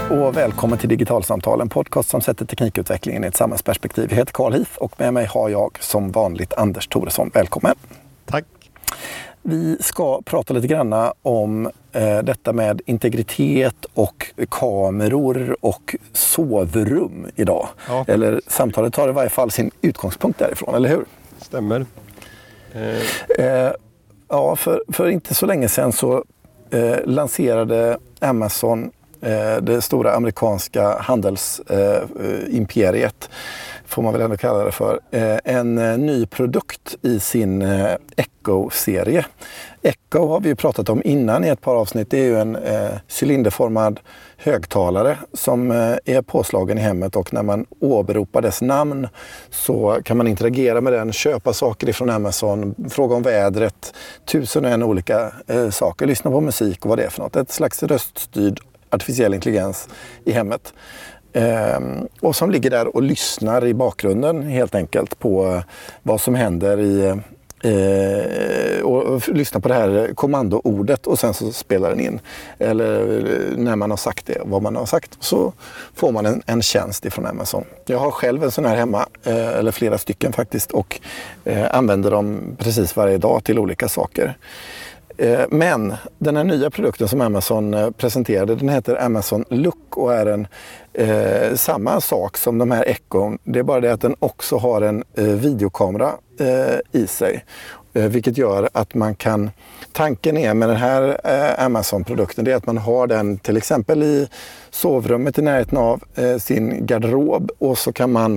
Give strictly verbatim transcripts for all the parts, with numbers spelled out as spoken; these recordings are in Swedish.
och välkommen till Digitalsamtal, en podcast som sätter teknikutvecklingen i ett samhällsperspektiv. Jag heter Carl Heath och med mig har jag som vanligt Anders Thoresson. Välkommen! Tack! Vi ska prata lite grann om eh, detta med integritet och kameror och sovrum idag. Ja. Eller samtalet tar i varje fall sin utgångspunkt därifrån, eller hur? Stämmer. Eh. Eh, ja, för, för inte så länge sedan så eh, lanserade Amazon, eh, det stora amerikanska handelsimperiet, eh, får man väl ändå kalla det för, eh, en eh, ny produkt i sin eh, Echo-serie. Echo har vi ju pratat om innan i ett par avsnitt. Det är ju en eh, cylinderformad högtalare som eh, är påslagen i hemmet, och när man åberopar dess namn så kan man interagera med den, köpa saker ifrån Amazon, fråga om vädret, tusen och en olika eh, saker, lyssna på musik och vad det är för något. Ett slags röststyrd artificiell intelligens i hemmet. Um, och som ligger där och lyssnar i bakgrunden helt enkelt på uh, vad som händer i, uh, och, och lyssnar på det här kommandoordet, och sen så spelar den in, eller uh, när man har sagt det, vad man har sagt, så får man en, en tjänst ifrån Amazon. Jag har själv en sån här hemma, uh, eller flera stycken faktiskt, och uh, använder dem precis varje dag till olika saker. Men den här nya produkten som Amazon presenterade, den heter Amazon Look och är en eh, samma sak som de här Echo. Det är bara det att den också har en eh, videokamera eh, i sig. Eh, vilket gör att man kan, tanken är med den här eh, Amazon-produkten, det är att man har den till exempel i sovrummet i närheten av eh, sin garderob, och så kan man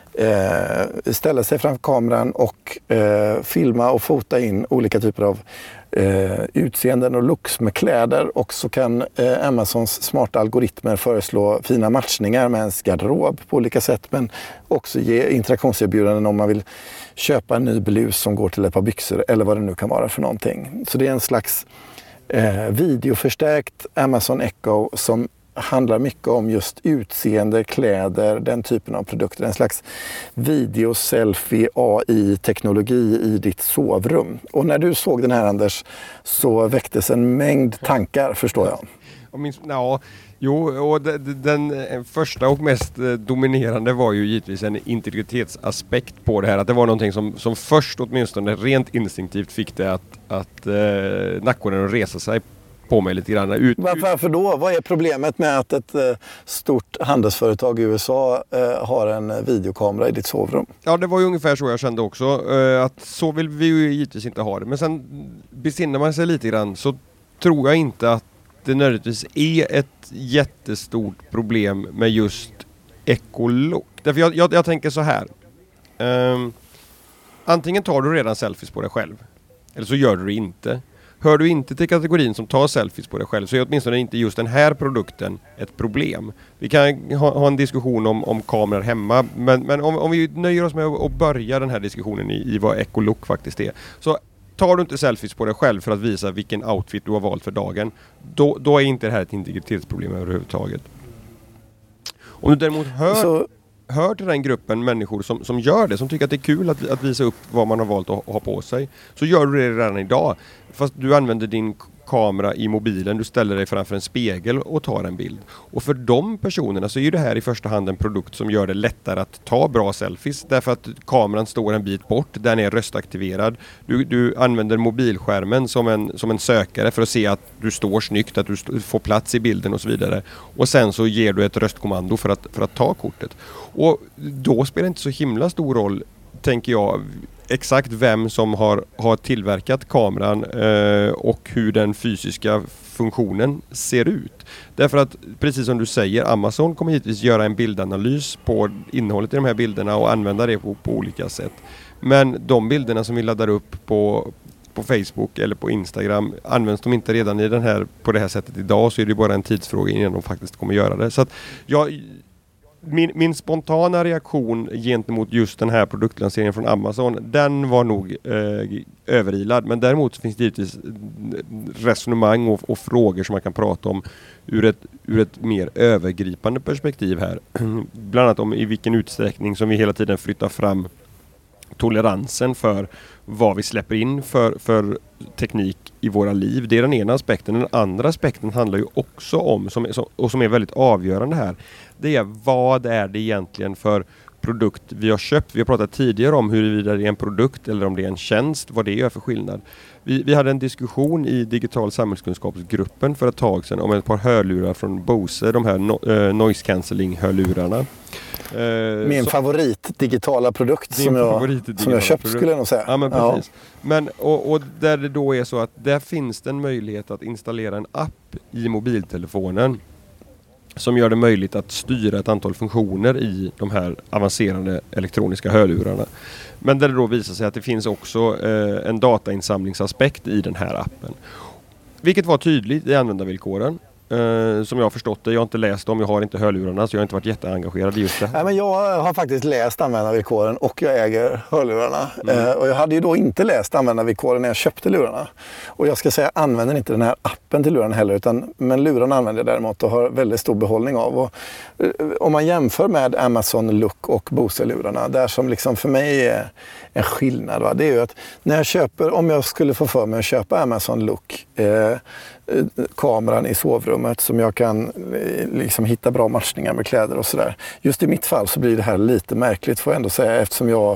eh, ställa sig framför kameran och eh, filma och fota in olika typer av Uh, utseenden och looks med kläder, och så kan uh, Amazons smarta algoritmer föreslå fina matchningar med ens garderob på olika sätt, men också ge interaktionserbjudanden om man vill köpa en ny blus som går till ett par byxor eller vad det nu kan vara för någonting. Så det är en slags uh, videoförstärkt Amazon Echo som handlar mycket om just utseende, kläder, den typen av produkter. En slags video, selfie, A I-teknologi i ditt sovrum. Och när du såg den här, Anders, så väcktes en mängd tankar, förstår jag. jag minns, ja, jo, och den, den första och mest dominerande var ju givetvis en integritetsaspekt på det här. Att det var någonting som, som först åtminstone rent instinktivt fick det att, att eh, nackgården att resa sig på mig lite grann. Ut, Varför då? Vad är problemet med att ett eh, stort handelsföretag i U S A eh, har en videokamera i ditt sovrum? Ja, det var ju ungefär så jag kände också. Eh, att så vill vi ju givetvis inte ha det. Men sen besinnar man sig lite grann, så tror jag inte att det nödvändigtvis är ett jättestort problem med just Echo Look. Därför jag, jag, jag tänker så här. Eh, antingen tar du redan selfies på dig själv, eller så gör du det inte. Hör du inte till kategorin som tar selfies på dig själv, så är åtminstone inte just den här produkten ett problem. Vi kan ha, ha en diskussion om, om kameror hemma, men, men om, om vi nöjer oss med att, att börja den här diskussionen i, i vad Echo Look faktiskt är. Så tar du inte selfies på dig själv för att visa vilken outfit du har valt för dagen, då, då är inte det här ett integritetsproblem överhuvudtaget. Om du däremot hör... Så... hör till den gruppen människor som, som gör det, som tycker att det är kul att, att visa upp vad man har valt att ha på sig, så gör du det redan idag. Fast du använder din kamera i mobilen, du ställer dig framför en spegel och tar en bild. Och för de personerna så är ju det här i första hand en produkt som gör det lättare att ta bra selfies, därför att kameran står en bit bort, den är röstaktiverad. Du, du använder mobilskärmen som en, som en sökare för att se att du står snyggt, att du st- får plats i bilden och så vidare. Och sen så ger du ett röstkommando för att, för att ta kortet. Och då spelar det inte så himla stor roll, tänker jag, exakt vem som har, har tillverkat kameran eh, och hur den fysiska funktionen ser ut. Därför att, precis som du säger, Amazon kommer givetvis göra en bildanalys på innehållet i de här bilderna och använda det på, på olika sätt. Men de bilderna som vi laddar upp på, på Facebook eller på Instagram, används de inte redan i den här, på det här sättet idag, så är det bara en tidsfråga innan de faktiskt kommer göra det. Så att jag... Min, min spontana reaktion gentemot just den här produktlanseringen från Amazon, den var nog eh, överilad. Men däremot så finns det givetvis resonemang och, och frågor som man kan prata om ur ett, ur ett mer övergripande perspektiv här. Bland annat om i vilken utsträckning som vi hela tiden flyttar fram toleransen för vad vi släpper in för, för teknik i våra liv. Det är den ena aspekten. Den andra aspekten handlar ju också om, som, och som är väldigt avgörande här, det är vad är det egentligen för produkt vi har köpt. Vi har pratat tidigare om huruvida det är en produkt eller om det är en tjänst, vad det gör för skillnad. Vi, vi hade en diskussion i digital samhällskunskapsgruppen för ett tag sedan om ett par hörlurar från Bose, de här no, uh, noise cancelling hörlurarna. Uh, Min så, favorit digitala produkt som jag, som jag köpt produkt. Skulle jag nog säga. Ja, men precis. Ja. Men, och, och där det då är så att där finns det en möjlighet att installera en app i mobiltelefonen som gör det möjligt att styra ett antal funktioner i de här avancerade elektroniska hörlurarna. Men där det då visar sig att det finns också eh, en datainsamlingsaspekt i den här appen. Vilket var tydligt i användarvillkoren. Uh, som jag har förstått det. Jag har inte läst dem, jag har inte hörlurarna, så jag har inte varit jätteengagerad i just det. Nej, men jag har faktiskt läst användarvillkoren och jag äger hörlurarna. Mm. Uh, och jag hade ju då inte läst användarvillkoren när jag köpte lurarna. Och jag ska säga, jag använder inte den här appen till lurarna heller, utan, men lurarna använder jag däremot och har väldigt stor behållning av. Och, uh, om man jämför med Amazon Look och Bose-lurarna, där som liksom för mig är en skillnad, va? Det är ju att när jag köper, om jag skulle få för mig att köpa Amazon Look, eh, kameran i sovrummet som jag kan liksom hitta bra matchningar med kläder och sådär. Just i mitt fall så blir det här lite märkligt, får jag ändå säga, eftersom jag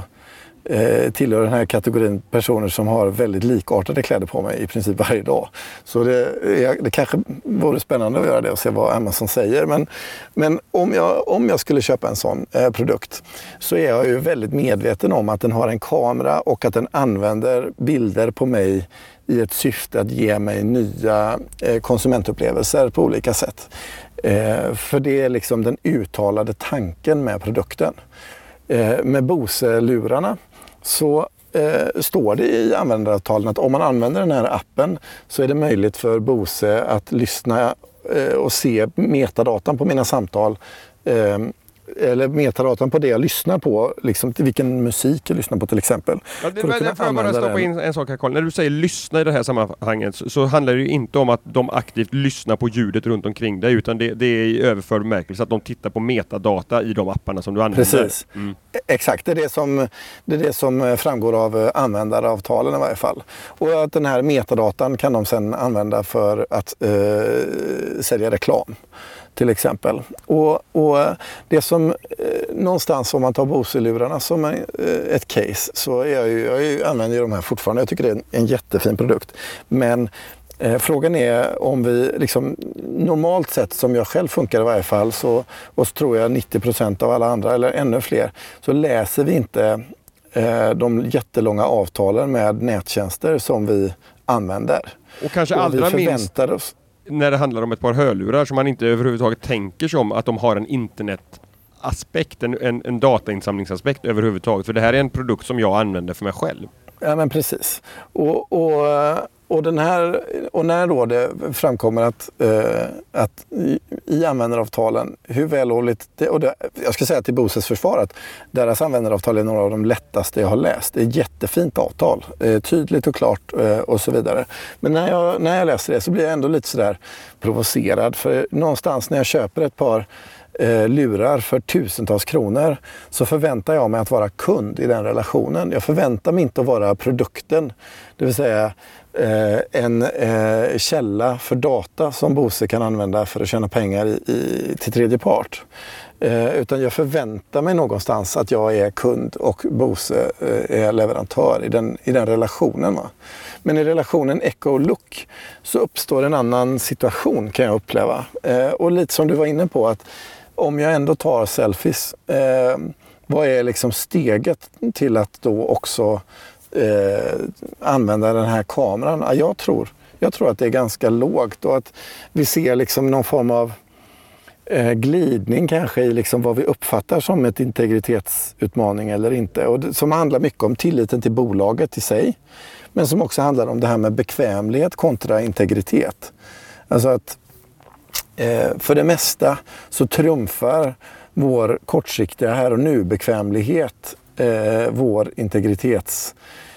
eh, tillhör den här kategorin personer som har väldigt likartade kläder på mig i princip varje dag. Så det, det kanske vore spännande att göra det och se vad Amazon säger. Men, men om, jag, om jag skulle köpa en sån eh, produkt så är jag ju väldigt medveten om att den har en kamera och att den använder bilder på mig i ett syfte att ge mig nya eh, konsumentupplevelser på olika sätt. Eh, för det är liksom den uttalade tanken med produkten. Eh, med Bose-lurarna så eh, står det i användaravtalen att om man använder den här appen så är det möjligt för Bose att lyssna eh, och se metadatan på mina samtal. Eh, eller metadatan på det jag lyssnar på, liksom till vilken musik jag lyssnar på till exempel. Ja, det, men, får jag bara stoppa in en sak här, Carl. När du säger lyssna i det här sammanhanget så, så handlar det ju inte om att de aktivt lyssnar på ljudet runt omkring dig, utan det, det är i överförd bemärkelse att de tittar på metadata i de apparna som du använder. Precis. Mm. Exakt, det är det, som, det är det som framgår av användaravtalen i varje fall. Och att den här metadatan kan de sedan använda för att eh, sälja reklam. Till exempel. Och, och det som eh, någonstans, om man tar Bose-lurarna som en, eh, ett case, så är jag ju, jag är ju, använder ju de här fortfarande. Jag tycker det är en, en jättefin produkt. Men eh, frågan är om vi liksom, normalt sett som jag själv funkar i varje fall, så, och så tror jag nittio procent av alla andra eller ännu fler, så läser vi inte eh, de jättelånga avtalen med nättjänster som vi använder. Och kanske och allra minst oss, när det handlar om ett par hörlurar som man inte överhuvudtaget tänker sig om att de har en internetaspekt, en, en, en datainsamlingsaspekt överhuvudtaget. För det här är en produkt som jag använder för mig själv. Ja, men precis. Och, och, och, den här, och när då det framkommer att, eh, att i, i användaravtalen, hur välhålligt det, och det, jag ska säga till Boses försvar att deras användaravtal är några av de lättaste jag har läst. Det är ett jättefint avtal, eh, tydligt och klart eh, och så vidare. Men när jag, när jag läser det så blir jag ändå lite sådär provocerad, för någonstans när jag köper ett par Eh, lurar för tusentals kronor så förväntar jag mig att vara kund i den relationen. Jag förväntar mig inte att vara produkten, det vill säga eh, en eh, källa för data som Bose kan använda för att tjäna pengar i, i, till tredje part. Eh, utan jag förväntar mig någonstans att jag är kund och Bose eh, är leverantör i den, i den relationen. Va? Men i relationen Echo Look så uppstår en annan situation, kan jag uppleva. Eh, och lite som du var inne på, att om jag ändå tar selfies, eh, vad är liksom steget till att då också eh, använda den här kameran? Ja, jag, tror, jag tror att det är ganska lågt och att vi ser liksom någon form av eh, glidning kanske i liksom vad vi uppfattar som ett integritetsutmaning eller inte. Och det, som handlar mycket om tilliten till bolaget i sig, men som också handlar om det här med bekvämlighet kontra integritet. Alltså att för det mesta så trumfar vår kortsiktiga här och nu bekvämlighet eh, vår integritets,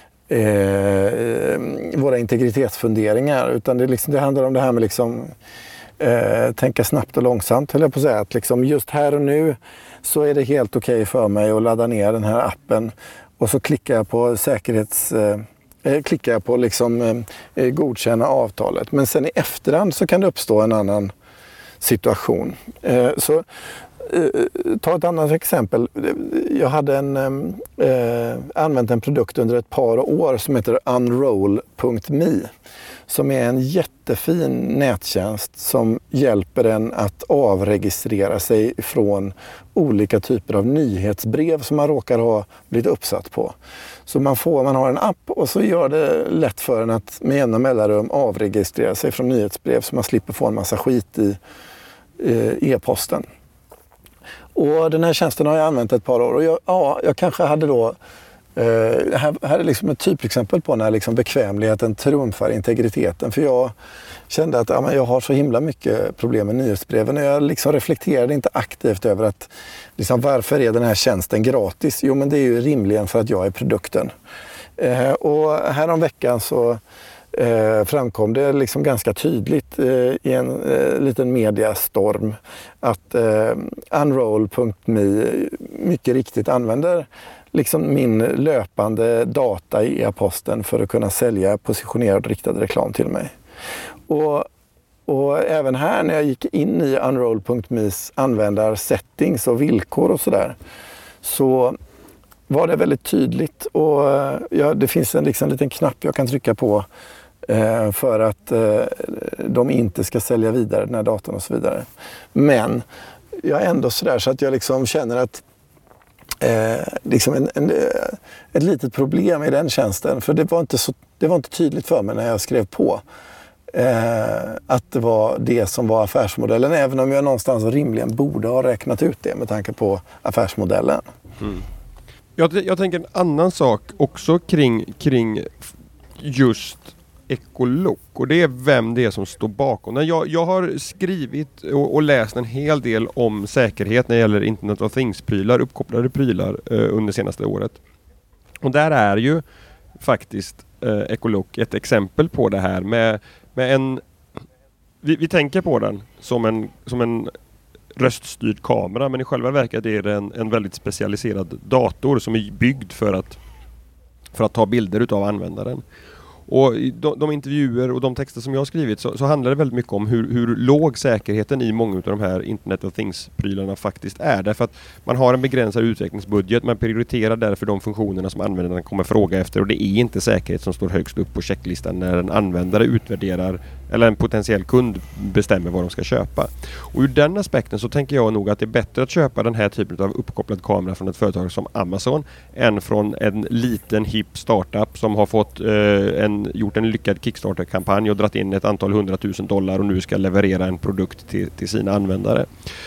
eh, våra integritetsfunderingar. Utan det, liksom, det handlar om det här med liksom, eh, tänka snabbt och långsamt, höll jag på att säga. Att liksom just här och nu så är det helt okej för mig att ladda ner den här appen och så klickar jag på säkerhets... Eh, eh, klickar jag på liksom, eh, godkänna avtalet. Men sen i efterhand så kan det uppstå en annan situation. Eh, så eh, ta ett annat exempel. Jag hade en, eh, använt en produkt under ett par år som heter unroll punkt me. Som är en jättefin nättjänst som hjälper en att avregistrera sig från olika typer av nyhetsbrev som man råkar ha blivit uppsatt på. Så man, får, man har en app och så gör det lätt för en att med jämna mellanrum avregistrera sig från nyhetsbrev så man slipper få en massa skit i eh, e-posten. Och den här tjänsten har jag använt ett par år och jag, ja, jag kanske hade då Uh, här, här är liksom ett typexempel på när liksom bekvämligheten trumfar integriteten. För jag kände att ja, men jag har så himla mycket problem med nyhetsbreven och jag liksom reflekterade inte aktivt över att liksom, varför är den här tjänsten gratis? Jo, men det är ju rimligen för att jag är produkten. Uh, och härom veckan så uh, framkom det liksom ganska tydligt uh, i en uh, liten mediastorm att uh, unroll punkt me mycket riktigt använder liksom min löpande data i e-posten för att kunna sälja positionerad riktad reklam till mig. Och, och även här när jag gick in i unroll punkt mes användarsettings och villkor och sådär så var det väldigt tydligt och ja, det finns en liksom liten knapp jag kan trycka på eh, för att eh, de inte ska sälja vidare den här datan och så vidare. Men jag är ändå sådär så att jag liksom känner att Eh, liksom en, en, ett litet problem i den tjänsten. För det var inte, så, det var inte tydligt för mig när jag skrev på eh, att det var det som var affärsmodellen. Även om jag någonstans rimligen borde ha räknat ut det med tanke på affärsmodellen. Mm. Jag, jag tänker en annan sak också kring, kring just Ecolook och det är vem det är som står bakom. Jag, jag har skrivit och, och läst en hel del om säkerhet när det gäller Internet of Things-prylar, uppkopplade prylar eh, under senaste året. Och där är ju faktiskt eh, Ecolook ett exempel på det här med, med en... Vi, vi tänker på den som en, som en röststyrd kamera men i själva verket är det en, en väldigt specialiserad dator som är byggd för att, för att ta bilder utav användaren. Och de, de intervjuer och de texter som jag har skrivit så, så handlar det väldigt mycket om hur, hur låg säkerheten i många av de här Internet of Things-prylarna faktiskt är. Därför att man har en begränsad utvecklingsbudget, man prioriterar därför de funktionerna som användarna kommer fråga efter och det är inte säkerhet som står högst upp på checklistan när en användare utvärderar eller en potentiell kund bestämmer vad de ska köpa. Och ur den aspekten så tänker jag nog att det är bättre att köpa den här typen av uppkopplad kamera från ett företag som Amazon än från en liten hip startup som har fått eh, en gjort en lyckad Kickstarter-kampanj och dratt in ett antal hundratusen dollar och nu ska leverera en produkt till, till sina användare.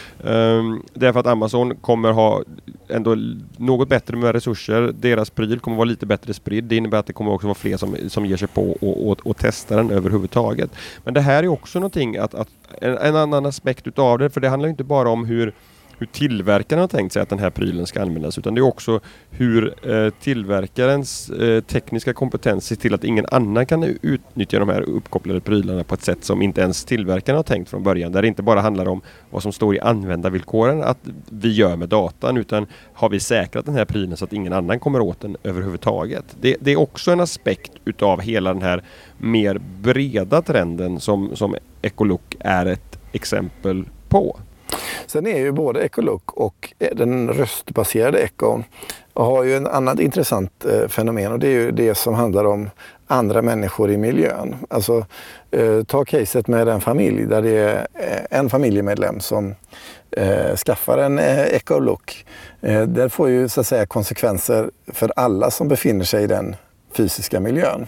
Um, därför att Amazon kommer ha ändå något bättre med resurser. Deras pryl kommer vara lite bättre spridd. Det innebär att det kommer också vara fler som, som ger sig på och, och, och testar den överhuvudtaget. Men det här är också någonting att, att en, en annan aspekt utav det, för det handlar inte bara om hur hur tillverkaren har tänkt sig att den här prylen ska användas utan det är också hur eh, tillverkarens eh, tekniska kompetens ser till att ingen annan kan utnyttja de här uppkopplade prylarna på ett sätt som inte ens tillverkaren har tänkt från början. Där det inte bara handlar om vad som står i användarvillkoren att vi gör med datan utan har vi säkrat den här prylen så att ingen annan kommer åt den överhuvudtaget. Det, det är också en aspekt utav hela den här mer breda trenden som, som Ecolook är ett exempel på. Sen är ju både Ecolook och den röstbaserade Econ har ju en annat intressant eh, fenomen och det är ju det som handlar om andra människor i miljön. Alltså eh, ta caset med en familj där det är en familjemedlem som eh, skaffar en eh, Ecolook. Eh, det får ju så att säga konsekvenser för alla som befinner sig i den fysiska miljön.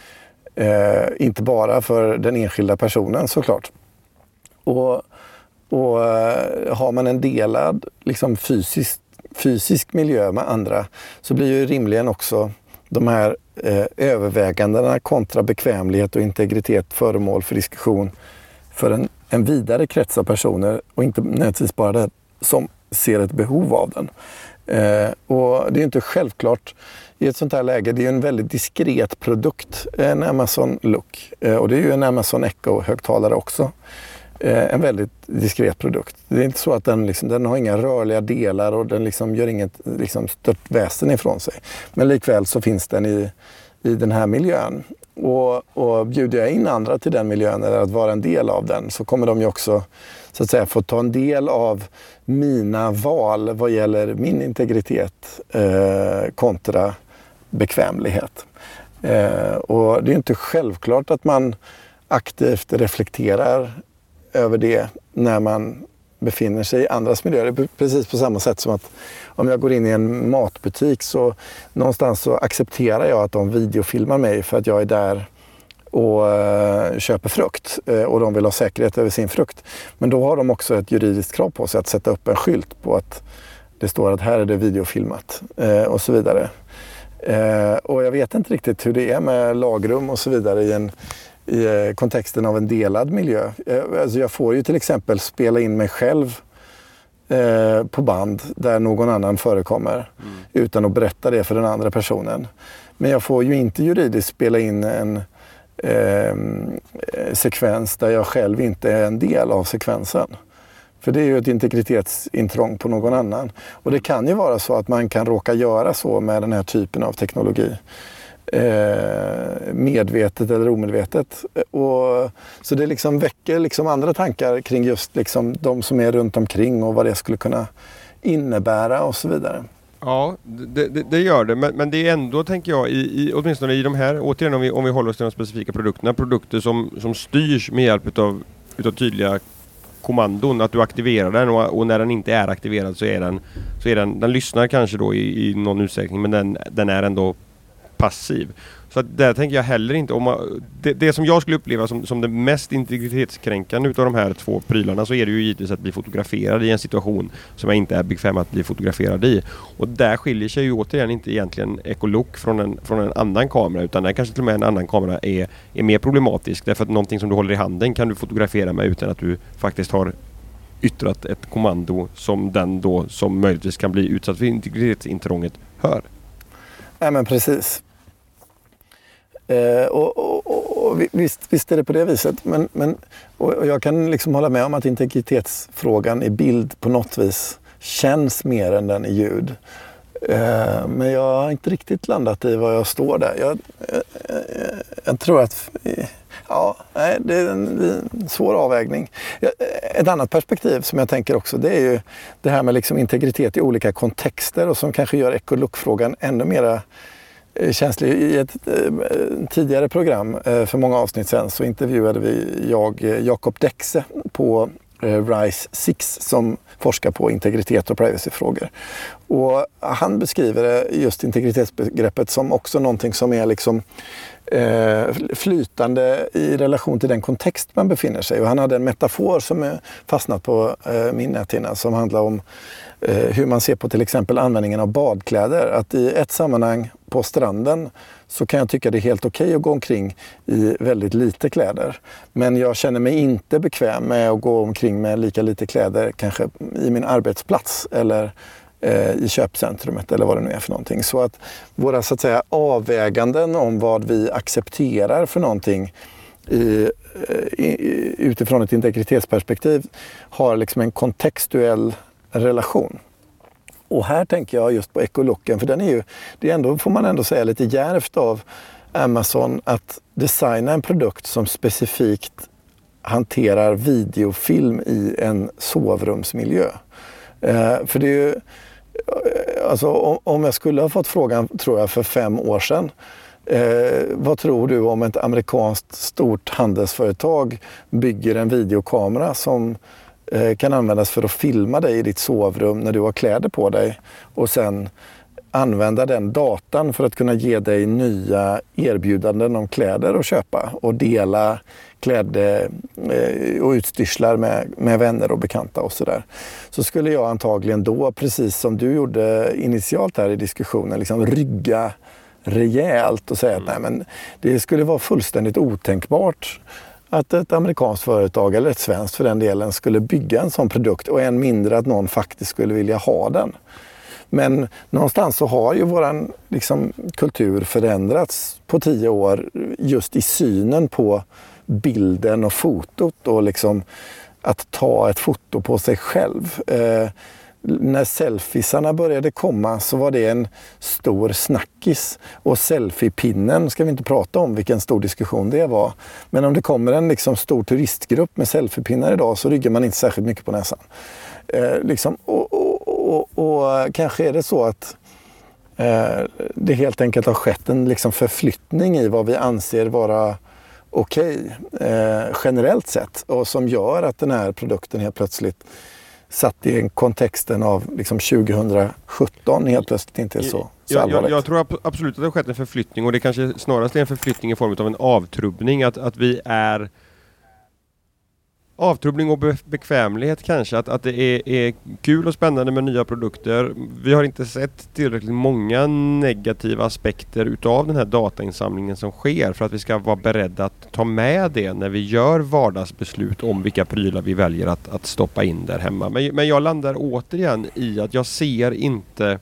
Eh, inte bara för den enskilda personen såklart. Och Och uh, har man en delad liksom, fysisk, fysisk miljö med andra så blir ju rimligen också de här uh, övervägandena kontra bekvämlighet och integritet föremål för diskussion för en, en vidare krets av personer och inte nödvändigtvis bara det som ser ett behov av den. Uh, och det är inte självklart i ett sånt här läge. Det är en väldigt diskret produkt, en Amazon Look. Uh, och det är ju en Amazon Echo-högtalare också. En väldigt diskret produkt. Det är inte så att den, liksom, den har inga rörliga delar och den liksom gör inget liksom, stört väsen ifrån sig. Men likväl så finns den i, i den här miljön. Och, och bjuder jag in andra till den miljön eller att vara en del av den, så kommer de ju också så att säga få ta en del av mina val vad gäller min integritet eh, kontra bekvämlighet. Eh, och det är inte självklart att man aktivt reflekterar över det när man befinner sig i andras miljöer. Det är precis på samma sätt som att om jag går in i en matbutik, så någonstans så accepterar jag att de videofilmar mig för att jag är där och uh, köper frukt uh, och de vill ha säkerhet över sin frukt. Men då har de också ett juridiskt krav på sig att sätta upp en skylt på att det står att här är det videofilmat uh, och så vidare. Uh, och jag vet inte riktigt hur det är med lagrum och så vidare i en i kontexten av en delad miljö. Alltså jag får ju till exempel spela in mig själv eh, på band där någon annan förekommer mm. utan att berätta det för den andra personen. Men jag får ju inte juridiskt spela in en eh, sekvens där jag själv inte är en del av sekvensen. För det är ju ett integritetsintrång på någon annan. Och det kan ju vara så att man kan råka göra så med den här typen av teknologi. Eh, medvetet eller omedvetet. Och, så det liksom väcker liksom andra tankar kring just liksom de som är runt omkring och vad det skulle kunna innebära och så vidare. Ja, det, det, det gör det. Men, men det är ändå, tänker jag, i, i, åtminstone i de här, återigen om vi, om vi håller oss till de specifika produkterna, produkter som, som styrs med hjälp utav, utav tydliga kommandon, att du aktiverar den och, och när den inte är aktiverad så är den, så är den, den lyssnar kanske då i, i någon utsträckning, men den, den är ändå passiv. Så att där tänker jag heller inte om man, det, det som jag skulle uppleva som, som det mest integritetskränkande utav de här två prylarna, så är det ju givetvis att bli fotograferad i en situation som jag inte är bekväm att bli fotograferad i. Och där skiljer sig ju återigen inte egentligen Ecolook från en, från en annan kamera, utan där kanske till och med en annan kamera är, är mer problematisk, därför att någonting som du håller i handen kan du fotografera med utan att du faktiskt har yttrat ett kommando som den då som möjligtvis kan bli utsatt för integritetsintrånget hör. Ja, men precis. Eh, och, och, och, och visst, visst är det på det viset. Men, men, och, och jag kan liksom hålla med om att integritetsfrågan i bild på något vis känns mer än den i ljud. Eh, men jag har inte riktigt landat i var jag står där. Jag, jag, jag, jag tror att ja, nej, det är en, en svår avvägning. Ett annat perspektiv som jag tänker också, det är ju det här med liksom integritet i olika kontexter och som kanske gör Ecolook-frågan ännu mera känslig. I ett tidigare program för många avsnitt sedan så intervjuade vi jag Jakob Dexe på RISE sex som forskar på integritet och privacyfrågor. Och han beskriver just integritetsbegreppet som också någonting som är liksom eh, flytande i relation till den kontext man befinner sig. Och han hade en metafor som är fastnat på eh, min näthinna som handlar om eh, hur man ser på till exempel användningen av badkläder. Att i ett sammanhang på stranden så kan jag tycka det är helt okej att gå omkring i väldigt lite kläder. Men jag känner mig inte bekväm med att gå omkring med lika lite kläder kanske i min arbetsplats eller eh, i köpcentrumet eller vad det nu är för någonting. Så att våra så att säga avväganden om vad vi accepterar för någonting i, i, utifrån ett integritetsperspektiv har liksom en kontextuell relation. Och här tänker jag just på Ecolooken, för den är ju, det är ändå, får man ändå säga, lite djärvt av Amazon att designa en produkt som specifikt hanterar videofilm i en sovrumsmiljö. Eh, för det är ju, alltså om, om jag skulle ha fått frågan, tror jag, för fem år sedan, eh, vad tror du om ett amerikanskt stort handelsföretag bygger en videokamera som kan användas för att filma dig i ditt sovrum när du har kläder på dig och sen använda den datan för att kunna ge dig nya erbjudanden om kläder att köpa och dela kläder och utstyrslar med, med vänner och bekanta och sådär. Så skulle jag antagligen då, precis som du gjorde initialt här i diskussionen, liksom rygga rejält och säga att nej, men det skulle vara fullständigt otänkbart att ett amerikanskt företag eller ett svenskt för den delen skulle bygga en sån produkt och än mindre att någon faktiskt skulle vilja ha den. Men någonstans så har ju våran liksom, kultur förändrats på tio år just i synen på bilden och fotot och liksom att ta ett foto på sig själv. Eh, när selfiesarna började komma så var det en stor snackis. Och selfiepinnen ska vi inte prata om vilken stor diskussion det var. Men om det kommer en liksom stor turistgrupp med selfiepinnar idag så ryggar man inte särskilt mycket på näsan. Eh, liksom, och, och, och, och kanske är det så att eh, det helt enkelt har skett en liksom förflyttning i vad vi anser vara okej eh, generellt sett. Och som gör att den här produkten helt plötsligt satt i en kontexten av liksom tjugohundrasjutton helt plötsligt inte är så, så jag, allvarligt. jag, jag tror absolut att det har skett en förflyttning och det kanske snarast är en förflyttning i form av en avtrubbning. Att, att vi är avtrubbning och be- bekvämlighet kanske. Att, att det är, är kul och spännande med nya produkter. Vi har inte sett tillräckligt många negativa aspekter utav den här datainsamlingen som sker för att vi ska vara beredda att ta med det när vi gör vardagsbeslut om vilka prylar vi väljer att, att stoppa in där hemma. Men, men jag landar återigen i att jag ser inte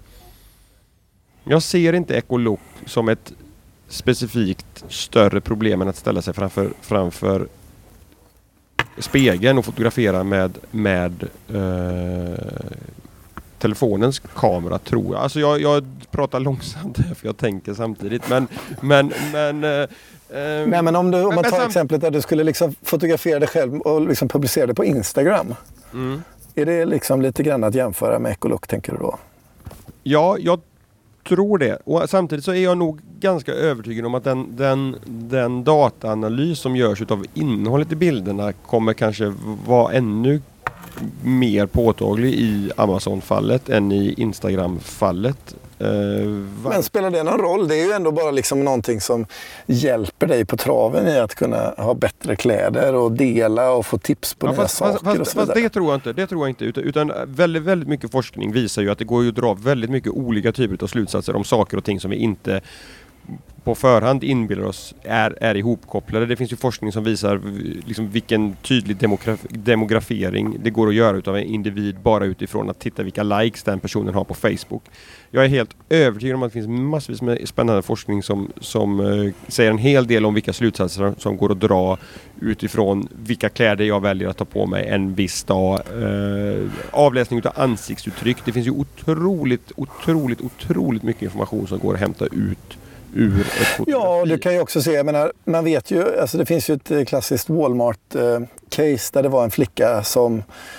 jag ser inte Ecolook som ett specifikt större problem än att ställa sig framför, framför spegeln och fotografera med, med eh, telefonens kamera, tror jag. Alltså jag, jag pratar långsamt för jag tänker samtidigt. Men, men, men, eh, Nej, men om, du, om men, man tar sam- exemplet där du skulle liksom fotografera dig själv och liksom publicera det på Instagram. Mm. Är det liksom lite grann att jämföra med Ecolook, tänker du då? Ja, jag tror det. Och samtidigt så är jag nog ganska övertygad om att den, den, den dataanalys som görs utav innehållet i bilderna kommer kanske vara ännu mer påtaglig i Amazon-fallet än i Instagram-fallet. Eh, Men spelar det någon roll? Det är ju ändå bara liksom någonting som hjälper dig på traven i att kunna ha bättre kläder och dela och få tips på ja, nya fast, saker fast, och så vidare. fast det tror jag inte. Det tror jag inte. Utan, utan väldigt, väldigt mycket forskning visar ju att det går ju att dra väldigt mycket olika typer av slutsatser om saker och ting som vi inte på förhand inbillar oss är, är ihopkopplade. Det finns ju forskning som visar liksom vilken tydlig demograf- demografering det går att göra utav en individ bara utifrån att titta vilka likes den personen har på Facebook. Jag är helt övertygad om att det finns massvis med spännande forskning som, som uh, säger en hel del om vilka slutsatser som går att dra utifrån vilka kläder jag väljer att ta på mig en viss dag. Uh, avläsning utav ansiktsuttryck. Det finns ju otroligt, otroligt, otroligt mycket information som går att hämta ut ur ett fotografi. Ja, du kan ju också se, jag menar, man vet ju, alltså det finns ju ett klassiskt Walmart-case där det var en flicka som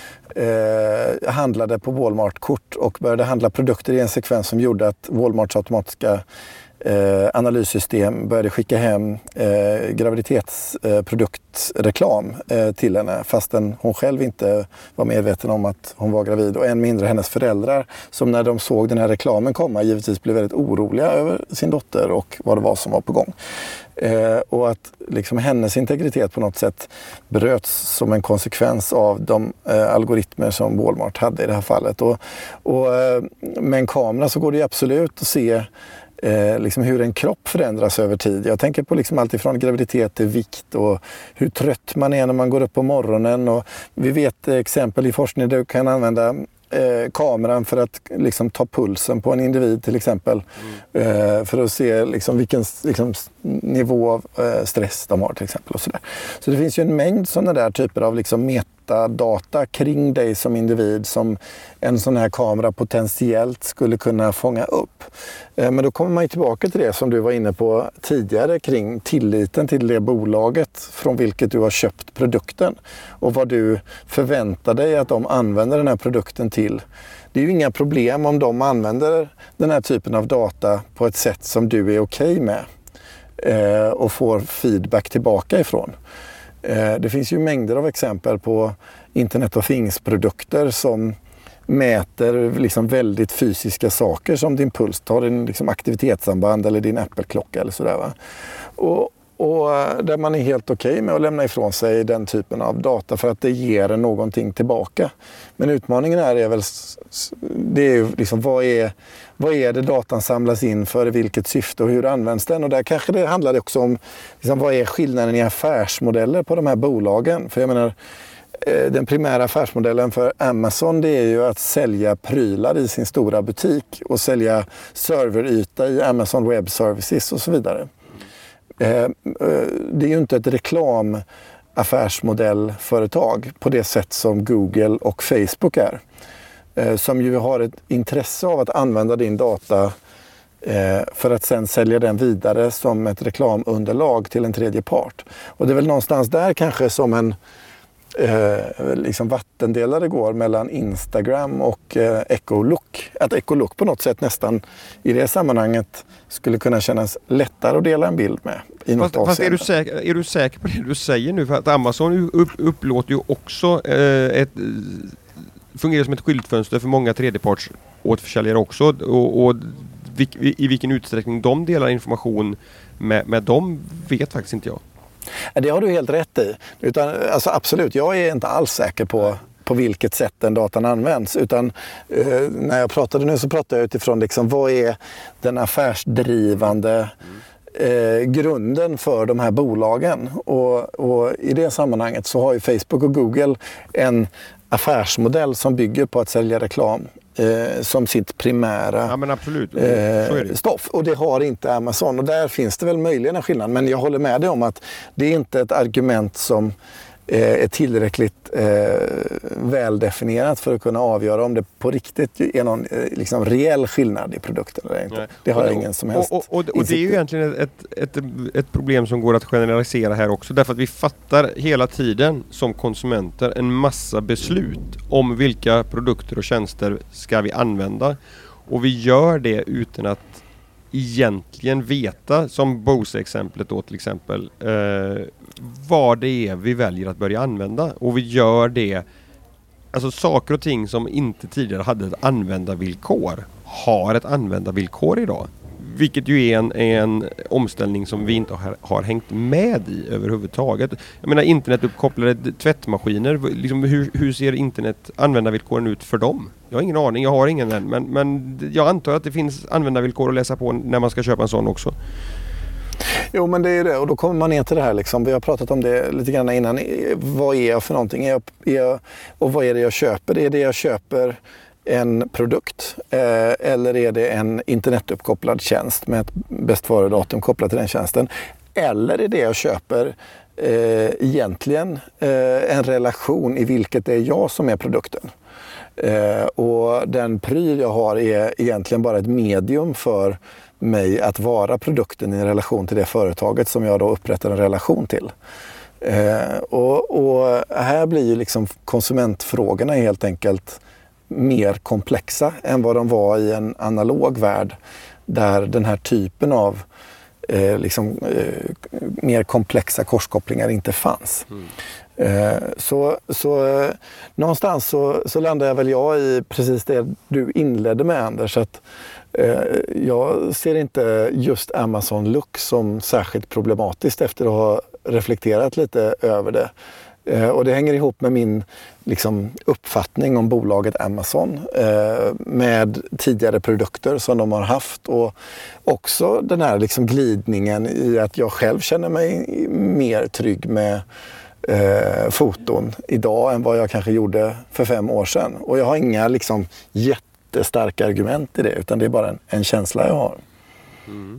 eh, handlade på Walmart-kort och började handla produkter i en sekvens som gjorde att Walmarts automatiska Eh, analyssystem började skicka hem eh, graviditetsproduktreklam eh, till henne fastän hon själv inte var medveten om att hon var gravid, och än mindre hennes föräldrar som när de såg den här reklamen komma givetvis blev väldigt oroliga över sin dotter och vad det var som var på gång. Eh, och att liksom hennes integritet på något sätt bröts som en konsekvens av de eh, algoritmer som Walmart hade i det här fallet. Och, och eh, med en kamera så går det absolut att se Eh, liksom hur en kropp förändras över tid. Jag tänker på liksom allt ifrån graviditet till vikt och hur trött man är när man går upp på morgonen. Och vi vet eh, exempel i forskning där du kan använda eh, kameran för att liksom, ta pulsen på en individ till exempel. Mm. Eh, för att se liksom, vilken liksom, nivå av eh, stress de har till exempel. Och så där. Så det finns ju en mängd sådana där typer av liksom, metadata kring dig som individ som en sån här kamera potentiellt skulle kunna fånga upp. Men då kommer man ju tillbaka till det som du var inne på tidigare kring tilliten till det bolaget från vilket du har köpt produkten och vad du förväntar dig att de använder den här produkten till. Det är ju inga problem om de använder den här typen av data på ett sätt som du är okej med eh, och får feedback tillbaka ifrån. Eh, det finns ju mängder av exempel på Internet of Things-produkter som mäter liksom väldigt fysiska saker som din puls, tar din liksom aktivitetssamband eller din Apple-klocka eller sådär. Va? Och, och där man är helt okej okay med att lämna ifrån sig den typen av data för att det ger en någonting tillbaka. Men utmaningen här är väl, det är liksom, vad är, vad är det datan samlas in för, i vilket syfte och hur används den? Och där kanske det handlar också om liksom, vad är skillnaden i affärsmodeller på de här bolagen? För jag menar, den primära affärsmodellen för Amazon, det är ju att sälja prylar i sin stora butik och sälja serveryta i Amazon Web Services och så vidare. Det är ju inte ett reklamaffärsmodellföretag på det sätt som Google och Facebook är. eh, som ju har ett intresse av att använda din data eh, för att sen sälja den vidare som ett reklamunderlag till en tredje part. Och det är väl någonstans där kanske som en Eh, liksom vattendelare går mellan Instagram och eh, Echolook. Att Echolook på något sätt nästan i det sammanhanget skulle kunna kännas lättare att dela en bild med. I något fast fast är, du säker, är du säker på det du säger nu? För att Amazon upp, upplåter ju också eh, ett, fungerar som ett skyltfönster för många tredjeparts återförsäljare också. Och, och vilk, i vilken utsträckning de delar information med, med dem vet faktiskt inte jag. Det har du helt rätt i. Utan, alltså absolut, jag är inte alls säker på, på vilket sätt den datan används. Utan eh, när jag pratade nu så pratade jag utifrån liksom, vad är den affärsdrivande eh, grunden för de här bolagen. Och, och i det sammanhanget så har ju Facebook och Google en affärsmodell som bygger på att sälja reklam. Eh, som sitt primära ja, men absolut. Eh, Så är det. stoff. Och det har inte Amazon. Och där finns det väl möjligen en skillnad. Men jag håller med dig om att det är inte ett argument som eh, är tillräckligt eh, väldefinierat för att kunna avgöra om det på riktigt är någon eh, liksom reell skillnad i produkten eller inte. Nej. Det har och, jag ingen som helst. Och, och, och, och det är ju egentligen ett, ett, ett problem som går att generalisera här också. Därför att vi fattar hela tiden som konsumenter en massa beslut om vilka produkter och tjänster ska vi använda. Och vi gör det utan att egentligen veta, som Bose-exemplet då till exempel, eh, vad det är vi väljer att börja använda. Och vi gör det, alltså saker och ting som inte tidigare hade ett användarvillkor har ett användarvillkor idag. Vilket ju är en, en omställning som vi inte har, har hängt med i överhuvudtaget. Jag menar internetuppkopplade tvättmaskiner, liksom hur, hur ser internet användarvillkoren ut för dem? Jag har ingen aning, jag har ingen än. Men, men jag antar att det finns användarvillkor att läsa på när man ska köpa en sån också. Jo, men det är det. Och då kommer man ner till det här. Liksom. Vi har pratat om det lite grann innan. Vad är jag för någonting? Är jag, är jag, och vad är det jag köper? Det är det jag köper en produkt eh, eller är det en internetuppkopplad tjänst med ett bäst före-datum kopplat till den tjänsten? Eller är det jag köper eh, egentligen eh, en relation i vilket det är jag som är produkten? Eh, och den pryl jag har är egentligen bara ett medium för mig att vara produkten i relation till det företaget som jag då upprättar en relation till. Eh, och, och här blir ju liksom konsumentfrågorna helt enkelt mer komplexa än vad de var i en analog värld där den här typen av eh, liksom, eh, mer komplexa korskopplingar inte fanns. Mm. Eh, så så eh, någonstans så, så landar jag väl jag i precis det du inledde med, Anders, att eh, jag ser inte just Amazon Look som särskilt problematiskt efter att ha reflekterat lite över det. Eh, och det hänger ihop med min liksom, uppfattning om bolaget Amazon eh, med tidigare produkter som de har haft och också den här liksom, glidningen i att jag själv känner mig mer trygg med eh, foton idag än vad jag kanske gjorde för fem år sedan. Och jag har inga liksom, jättestarka argument i det, utan det är bara en, en känsla jag har. Mm.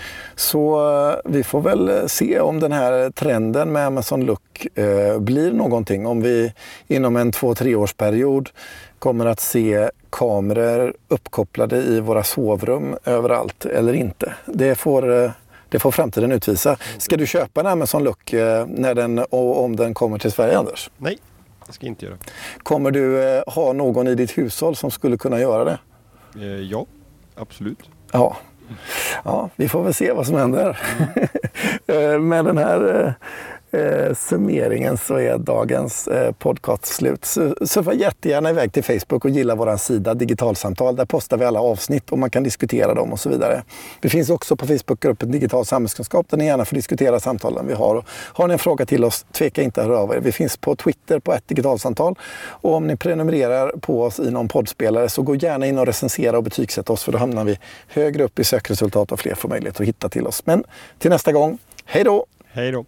Så vi får väl se om den här trenden med Amazon Look eh, blir någonting. Om vi inom en två-tre årsperiod kommer att se kameror uppkopplade i våra sovrum överallt eller inte. Det får, eh, det får framtiden utvisa. Ska du köpa en Amazon Look eh, när den, och om den kommer till Sverige, Anders? Nej, det ska jag inte göra. Kommer du eh, ha någon i ditt hushåll som skulle kunna göra det? Eh, ja, absolut. Ja. Ja, vi får väl se vad som händer. Mm. Med den här eh, summeringen så är dagens eh, podcast slut. Så, så var jättegärna iväg till Facebook och gilla vår sida Digitalsamtal. Där postar vi alla avsnitt och man kan diskutera dem och så vidare. Vi finns också på Facebookgruppen Digital samhällskunskap där ni gärna får diskutera samtalen vi har. Och har ni en fråga till oss, tveka inte att höra av er. Vi finns på Twitter på ett digitalsamtal. Och om ni prenumererar på oss i någon poddspelare så gå gärna in och recensera och betygsätta oss, för då hamnar vi högre upp i sökresultat och fler får möjlighet att hitta till oss. Men till nästa gång, hej då! Hej då!